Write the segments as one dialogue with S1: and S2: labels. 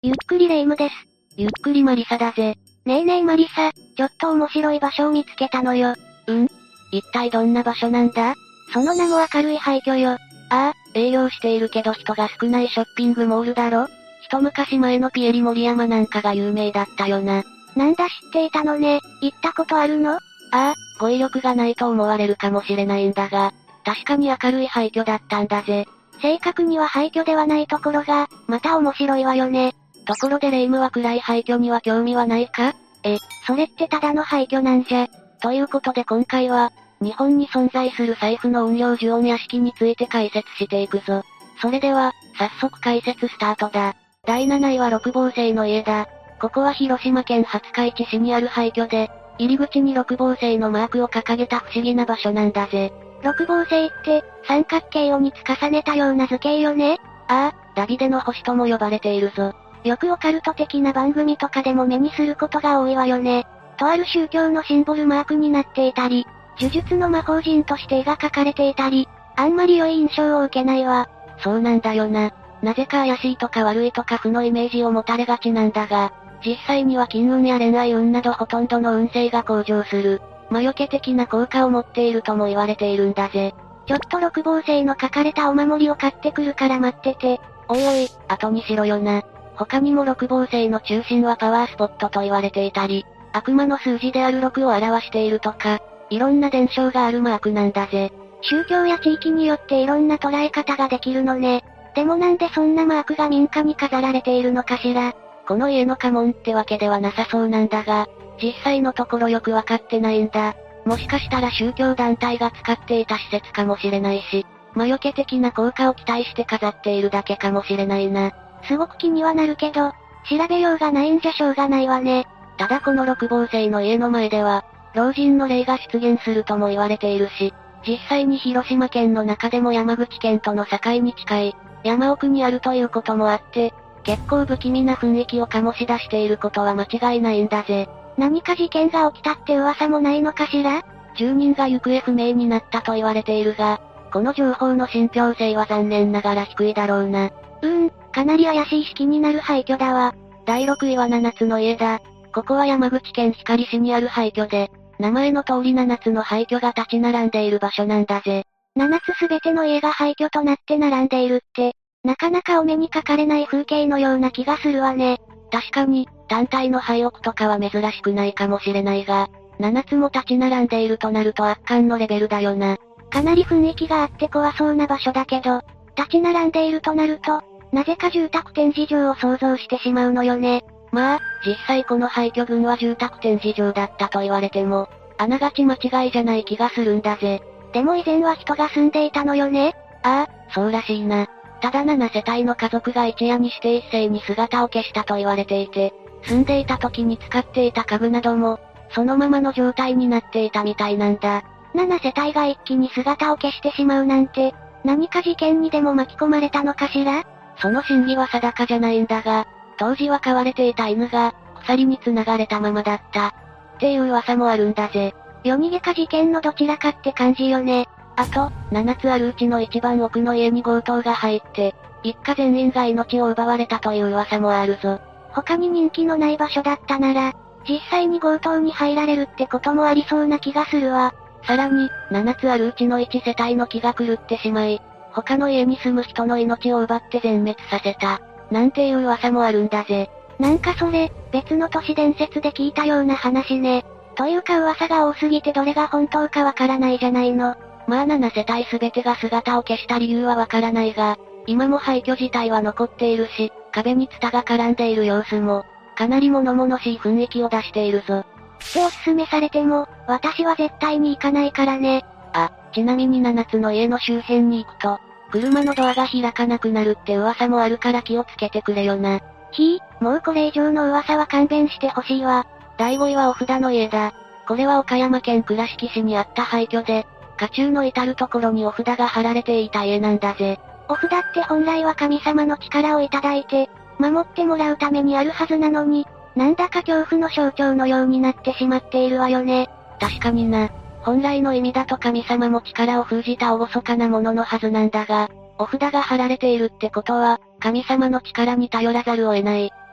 S1: ゆっくりレ夢ムです。
S2: ゆっくりマリサだぜ。
S1: ねえねえマリサ、ちょっと面白い場所を見つけたのよ。
S2: 一体どんな場所なんだ？
S1: その名も明るい廃墟よ。
S2: ああ、営業しているけど人が少ないショッピングモールだろ？一昔前のピエリ森山なんかが有名だったよな。
S1: なんだ知っていたのね。行ったことあるの？
S2: ああ、語彙力がないと思われるかもしれないんだが、確かに明るい廃墟だったんだぜ。
S1: 正確には廃墟ではないところが、また面白いわよね。
S2: ところでレ夢ムは暗い廃墟には興味はないか？
S1: それってただの廃墟なんじゃ。
S2: ということで今回は、日本に存在する財布の運用呪音屋敷について解説していくぞ。それでは、早速解説スタートだ。第7位は六芒星の家だ。ここは広島県廿日市市にある廃墟で、入り口に六芒星のマークを掲げた不思議な場所なんだぜ。
S1: 六芒星って、三角形を3つ重ねたような図形よね。
S2: ああ、ダビデの星とも呼ばれているぞ。
S1: よくオカルト的な番組とかでも目にすることが多いわよね。とある宗教のシンボルマークになっていたり、呪術の魔法陣として絵が描かれていたり、あんまり良い印象を受けないわ。
S2: そうなんだよな。なぜか怪しいとか悪いとか負のイメージを持たれがちなんだが、実際には金運や恋愛運などほとんどの運勢が向上する、魔除け的な効果を持っているとも言われているんだぜ。
S1: ちょっと六芒星の書かれたお守りを買ってくるから待ってて。
S2: おいおい、後にしろよな。他にも六芒星の中心はパワースポットと言われていたり、悪魔の数字である6を表しているとか、いろんな伝承があるマークなんだぜ。
S1: 宗教や地域によっていろんな捉え方ができるのね。でもなんでそんなマークが民家に飾られているのかしら。
S2: この家の家紋ってわけではなさそうなんだが、実際のところよくわかってないんだ。もしかしたら宗教団体が使っていた施設かもしれないし、魔除け的な効果を期待して飾っているだけかもしれないな。
S1: すごく気にはなるけど、調べようがないんじゃしょうがないわね。
S2: ただこの六芒星の家の前では、老人の霊が出現するとも言われているし、実際に広島県の中でも山口県との境に近い、山奥にあるということもあって、結構不気味な雰囲気を醸し出していることは間違いないんだぜ。
S1: 何か事件が起きたって噂もないのかしら？
S2: 住人が行方不明になったと言われているが、この情報の信憑性は残念ながら低いだろうな。
S1: かなり怪しい式になる廃墟だわ。
S2: 第6位は7つの家だ。ここは山口県光市にある廃墟で、名前の通り7つの廃墟が立ち並んでいる場所なんだぜ。
S1: 7つすべての家が廃墟となって並んでいるって、なかなかお目にかかれない風景のような気がするわね。
S2: 確かに、単体の廃屋とかは珍しくないかもしれないが、7つも立ち並んでいるとなると圧巻のレベルだよな。
S1: かなり雰囲気があって怖そうな場所だけど、立ち並んでいるとなると、なぜか住宅展示場を想像してしまうのよね。
S2: まあ、実際この廃墟群は住宅展示場だったと言われても、あながち間違いじゃない気がするんだぜ。
S1: でも以前は人が住んでいたのよね。
S2: ああ、そうらしいな。ただ7世帯の家族が一夜にして一斉に姿を消したと言われていて、住んでいた時に使っていた家具なども、そのままの状態になっていたみたいなんだ。
S1: 7世帯が一気に姿を消してしまうなんて、何か事件にでも巻き込まれたのかしら？
S2: その真偽は定かじゃないんだが、当時は飼われていた犬が、鎖に繋がれたままだった。っていう噂もあるんだぜ。
S1: 夜逃げか事件のどちらかって感じよね。
S2: あと、7つあるうちの一番奥の家に強盗が入って、一家全員が命を奪われたという噂もあるぞ。
S1: 他に人気のない場所だったなら、実際に強盗に入られるってこともありそうな気がするわ。
S2: さらに、7つあるうちの1世帯の気が狂ってしまい、他の家に住む人の命を奪って全滅させた。なんていう噂もあるんだぜ。
S1: なんかそれ、別の都市伝説で聞いたような話ね。というか噂が多すぎてどれが本当かわからないじゃないの。
S2: まあ7世帯すべてが姿を消した理由はわからないが、今も廃墟自体は残っているし、壁にツタが絡んでいる様子も、かなり物々しい雰囲気を出しているぞ。
S1: っておすすめされても、私は絶対に行かないからね。
S2: あ、ちなみに7つの家の周辺に行くと、車のドアが開かなくなるって噂もあるから気をつけてくれよな。
S1: もうこれ以上の噂は勘弁してほしいわ。
S2: 第5位はお札の家だ。これは岡山県倉敷市にあった廃墟で、家中の至るところにお札が貼られていた家なんだぜ。
S1: お札って本来は神様の力をいただいて、守ってもらうためにあるはずなのに、なんだか恐怖の象徴のようになってしまっているわよね。
S2: 確かにな。本来の意味だと神様も力を封じた厳かなもののはずなんだが、お札が貼られているってことは、神様の力に頼らざるを得ない。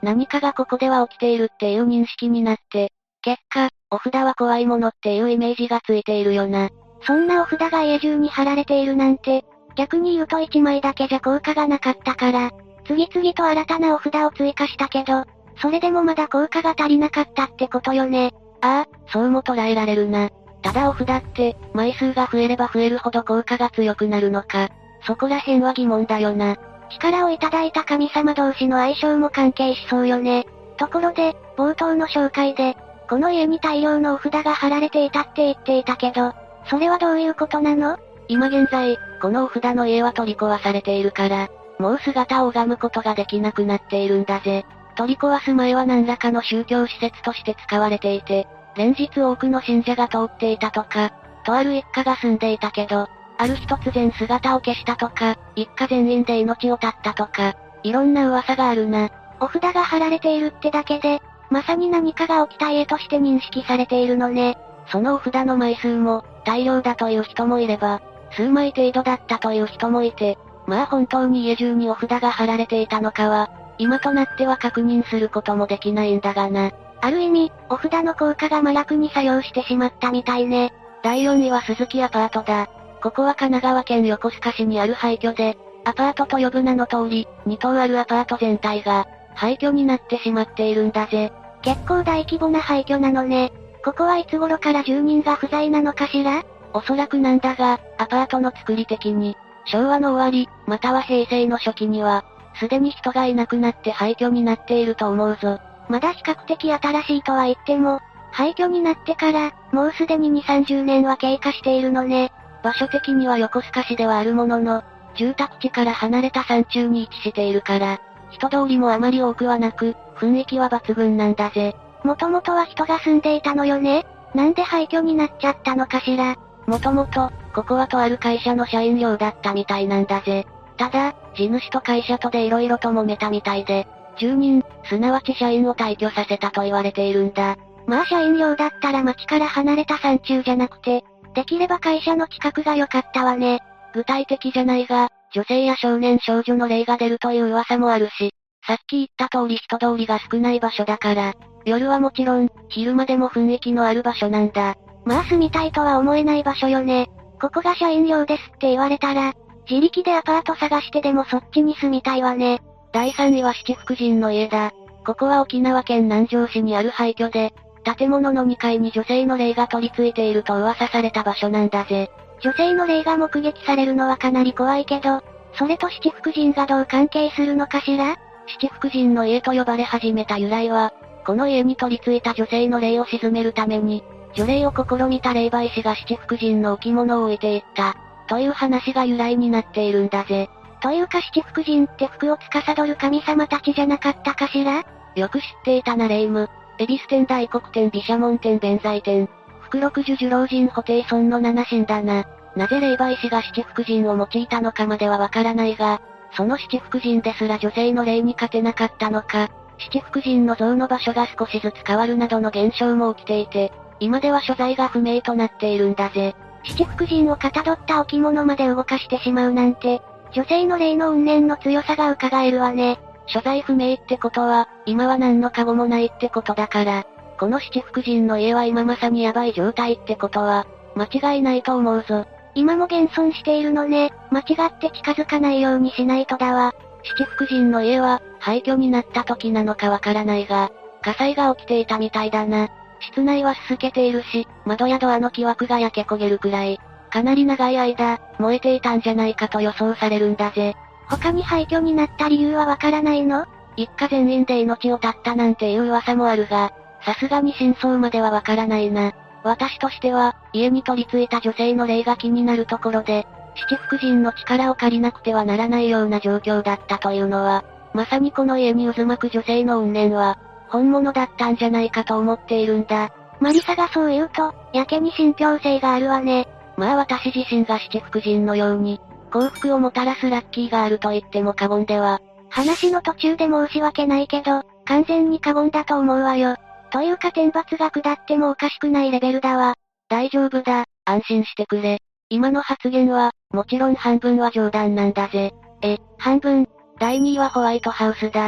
S2: 何かがここでは起きているっていう認識になって、結果、お札は怖いものっていうイメージがついているよな。
S1: そんなお札が家中に貼られているなんて、逆に言うと1枚だけじゃ効果がなかったから、次々と新たなお札を追加したけど、それでもまだ効果が足りなかったってことよね。
S2: ああ、そうも捉えられるな。ただお札って、枚数が増えれば増えるほど効果が強くなるのか。そこら辺は疑問だよな。
S1: 力をいただいた神様同士の相性も関係しそうよね。ところで、冒頭の紹介で、この家に大量のお札が貼られていたって言っていたけど、それはどういうことなの？
S2: 今現在、このお札の家は取り壊されているから、もう姿を拝むことができなくなっているんだぜ。取り壊す前は何らかの宗教施設として使われていて、連日多くの信者が通っていたとか、とある一家が住んでいたけど、ある日突然姿を消したとか、一家全員で命を絶ったとか、いろんな噂があるな。
S1: お札が貼られているってだけで、まさに何かが起きた家として認識されているのね。
S2: そのお札の枚数も、大量だという人もいれば、数枚程度だったという人もいて、まあ本当に家中にお札が貼られていたのかは、今となっては確認することもできないんだがな。
S1: ある意味、お札の効果が麻薬に作用してしまったみたいね。
S2: 第4位は鈴木アパートだ。ここは神奈川県横須賀市にある廃墟で、アパートと呼ぶ名の通り、2棟あるアパート全体が、廃墟になってしまっているんだぜ。
S1: 結構大規模な廃墟なのね。ここはいつ頃から住人が不在なのかしら？
S2: おそらくなんだが、アパートの作り的に、昭和の終わり、または平成の初期には、すでに人がいなくなって廃墟になっていると思うぞ。
S1: まだ比較的新しいとは言っても、廃墟になってから、もうすでに2、30年は経過しているのね。
S2: 場所的には横須賀市ではあるものの、住宅地から離れた山中に位置しているから、人通りもあまり多くはなく、雰囲気は抜群なんだぜ。
S1: もともとは人が住んでいたのよね。なんで廃墟になっちゃったのかしら。
S2: もともと、ここはとある会社の社員寮だったみたいなんだぜ。ただ、地主と会社とで色々と揉めたみたいで、住人、すなわち社員を退去させたと言われているんだ。
S1: まあ社員寮だったら町から離れた山中じゃなくて、できれば会社の近くが良かったわね。
S2: 具体的じゃないが、女性や少年少女の霊が出るという噂もあるし、さっき言った通り人通りが少ない場所だから、夜はもちろん、昼間でも雰囲気のある場所なんだ。
S1: まあ住みたいとは思えない場所よね。ここが社員寮ですって言われたら、自力でアパート探してでもそっちに住みたいわね。
S2: 第3位は七福神の家だ。ここは沖縄県南城市にある廃墟で、建物の2階に女性の霊が取り付いていると噂された場所なんだぜ。
S1: 女性の霊が目撃されるのはかなり怖いけど、それと七福神がどう関係するのかしら？
S2: 七福神の家と呼ばれ始めた由来は、この家に取り付いた女性の霊を鎮めるために、除霊を試みた霊媒師が七福神の置物を置いていった、という話が由来になっているんだぜ。
S1: というか七福神って福を司る神様たちじゃなかったかしら？
S2: よく知っていたな霊夢。恵比寿天大黒天毘沙門天弁財天。福六十寿老人布袋尊の七神だな。なぜ霊媒師が七福神を用いたのかまではわからないが、その七福神ですら女性の霊に勝てなかったのか、七福神の像の場所が少しずつ変わるなどの現象も起きていて、今では所在が不明となっているんだぜ。
S1: 七福神をかたどった置物まで動かしてしまうなんて、女性の霊の怨念の強さが伺えるわね。
S2: 所在不明ってことは、今は何のカゴもないってことだから、この七福神の家は今まさにヤバい状態ってことは、間違いないと思うぞ。
S1: 今も現存しているのね。間違って近づかないようにしないとだわ。
S2: 七福神の家は、廃墟になった時なのかわからないが、火災が起きていたみたいだな。室内はすすけているし、窓やドアの木枠が焼け焦げるくらい、かなり長い間、燃えていたんじゃないかと予想されるんだぜ。
S1: 他に廃墟になった理由はわからないの？
S2: 一家全員で命を絶ったなんていう噂もあるが、さすがに真相まではわからないな。私としては、家に取り付いた女性の霊が気になるところで、七福神の力を借りなくてはならないような状況だったというのは、まさにこの家に渦巻く女性の怨念は、本物だったんじゃないかと思っているんだ。
S1: マリサがそう言うと、やけに信憑性があるわね。
S2: まあ私自身が七福神のように、幸福をもたらすラッキーがあると言っても過言では。
S1: 話の途中で申し訳ないけど、完全に過言だと思うわよ。というか天罰が下ってもおかしくないレベルだわ。
S2: 大丈夫だ、安心してくれ。今の発言は、もちろん半分は冗談なんだぜ。
S1: 半分。
S2: 第2位はホワイトハウスだ。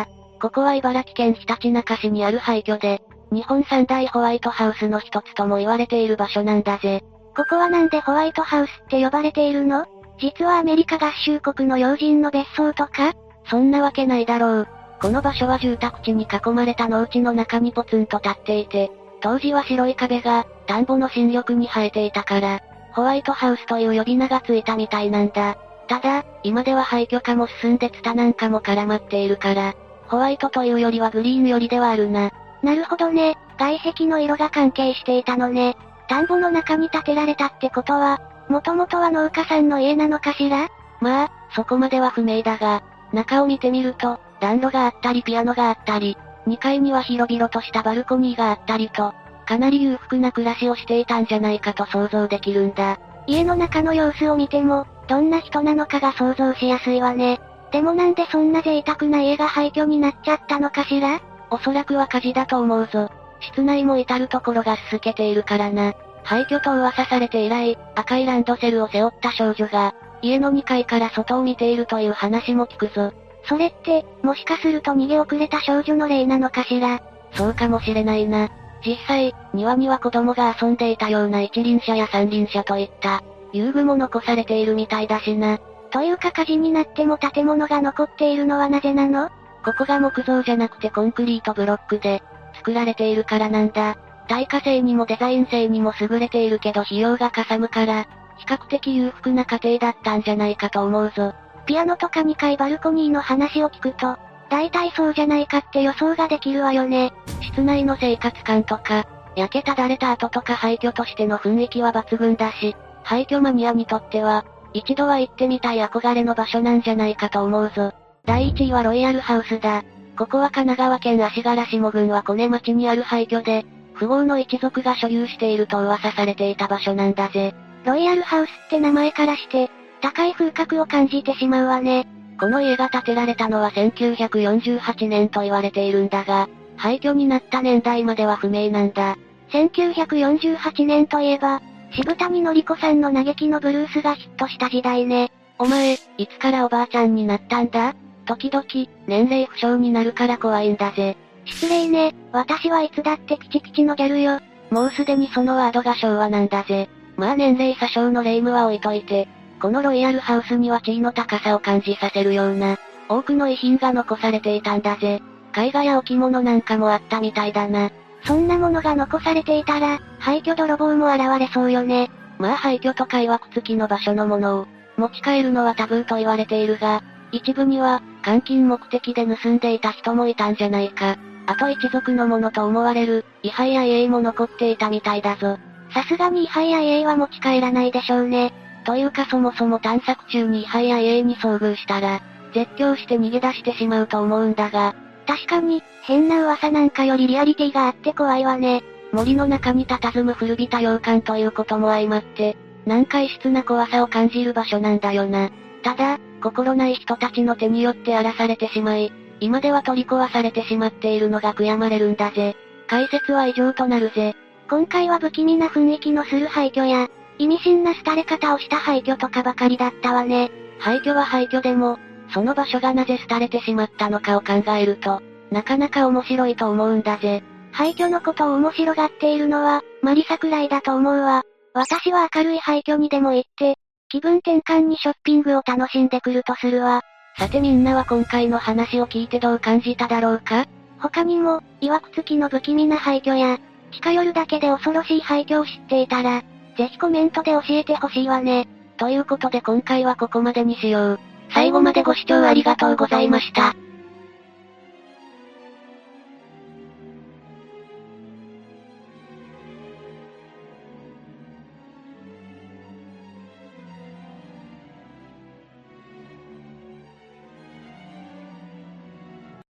S2: ここは茨城県ひたちなか市にある廃墟で、日本三大ホワイトハウスの一つとも言われている場所なんだぜ。
S1: ここはなんでホワイトハウスって呼ばれているの？実はアメリカ合衆国の要人の別荘とか？
S2: そんなわけないだろう。この場所は住宅地に囲まれた農地の中にポツンと立っていて、当時は白い壁が、田んぼの新緑に生えていたから、ホワイトハウスという呼び名がついたみたいなんだ。ただ、今では廃墟化も進んでツタなんかも絡まっているから、ホワイトというよりはグリーンよりではあるな。
S1: なるほどね、外壁の色が関係していたのね。田んぼの中に建てられたってことは、もともとは農家さんの家なのかしら？
S2: まあ、そこまでは不明だが、中を見てみると、暖炉があったりピアノがあったり、2階には広々としたバルコニーがあったりと、かなり裕福な暮らしをしていたんじゃないかと想像できるんだ。
S1: 家の中の様子を見ても、どんな人なのかが想像しやすいわね。でもなんでそんな贅沢な家が廃墟になっちゃったのかしら？
S2: おそらくは火事だと思うぞ。室内も至るところがすすけているからな。廃墟と噂されて以来、赤いランドセルを背負った少女が、家の2階から外を見ているという話も聞くぞ。
S1: それって、もしかすると逃げ遅れた少女の霊なのかしら？
S2: そうかもしれないな。実際、庭には子供が遊んでいたような一輪車や三輪車といった、遊具も残されているみたいだしな。
S1: というか火事になっても建物が残っているのはなぜなの？
S2: ここが木造じゃなくてコンクリートブロックで、作られているからなんだ。耐火性にもデザイン性にも優れているけど費用がかさむから、比較的裕福な家庭だったんじゃないかと思うぞ。
S1: ピアノとか2階バルコニーの話を聞くと、大体そうじゃないかって予想ができるわよね。
S2: 室内の生活感とか、焼けただれた跡とか廃墟としての雰囲気は抜群だし、廃墟マニアにとっては、一度は行ってみたい憧れの場所なんじゃないかと思うぞ。第1位はロイヤルハウスだ。ここは神奈川県足柄下郡は小根町にある廃墟で、富豪の一族が所有していると噂されていた場所なんだぜ。
S1: ロイヤルハウスって名前からして、高い風格を感じてしまうわね。
S2: この家が建てられたのは1948年と言われているんだが、廃墟になった年代までは不明なんだ。
S1: 1948年といえば、渋谷のり子さんの嘆きのブルースがヒットした時代ね。
S2: お前、いつからおばあちゃんになったんだ？時々、年齢不詳になるから怖いんだぜ。
S1: 失礼ね、私はいつだってピチピチのギャルよ。
S2: もうすでにそのワードが昭和なんだぜ。まあ年齢詐称の霊夢は置いといて、このロイヤルハウスには地位の高さを感じさせるような、多くの遺品が残されていたんだぜ。絵画や置物なんかもあったみたいだな。
S1: そんなものが残されていたら、廃墟泥棒も現れそうよね。
S2: まあ廃墟とか曰く付きの場所のものを、持ち帰るのはタブーと言われているが、一部には、換金目的で盗んでいた人もいたんじゃないか。あと一族のものと思われる、位牌や家も残っていたみたいだぞ。
S1: さすがに位牌や家は持ち帰らないでしょうね。
S2: というかそもそも探索中に位牌や家に遭遇したら、絶叫して逃げ出してしまうと思うんだが。
S1: 確かに、変な噂なんかよりリアリティがあって怖いわね。
S2: 森の中に佇む古びた洋館ということも相まって、難解質な怖さを感じる場所なんだよな。ただ、心ない人たちの手によって荒らされてしまい、今では取り壊されてしまっているのが悔やまれるんだぜ。解説は以上となるぜ。
S1: 今回は不気味な雰囲気のする廃墟や、意味深な廃れ方をした廃墟とかばかりだったわね。
S2: 廃墟は廃墟でも、その場所がなぜ廃れてしまったのかを考えると、なかなか面白いと思うんだぜ。
S1: 廃墟のことを面白がっているのは、マリサくらいだと思うわ。私は明るい廃墟にでも行って、気分転換にショッピングを楽しんでくるとするわ。
S2: さてみんなは今回の話を聞いてどう感じただろうか？
S1: 他にも、曰く付きの不気味な廃墟や、近寄るだけで恐ろしい廃墟を知っていたら、ぜひコメントで教えてほしいわね。
S2: ということで今回はここまでにしよう。最後までご視聴ありがとうございました。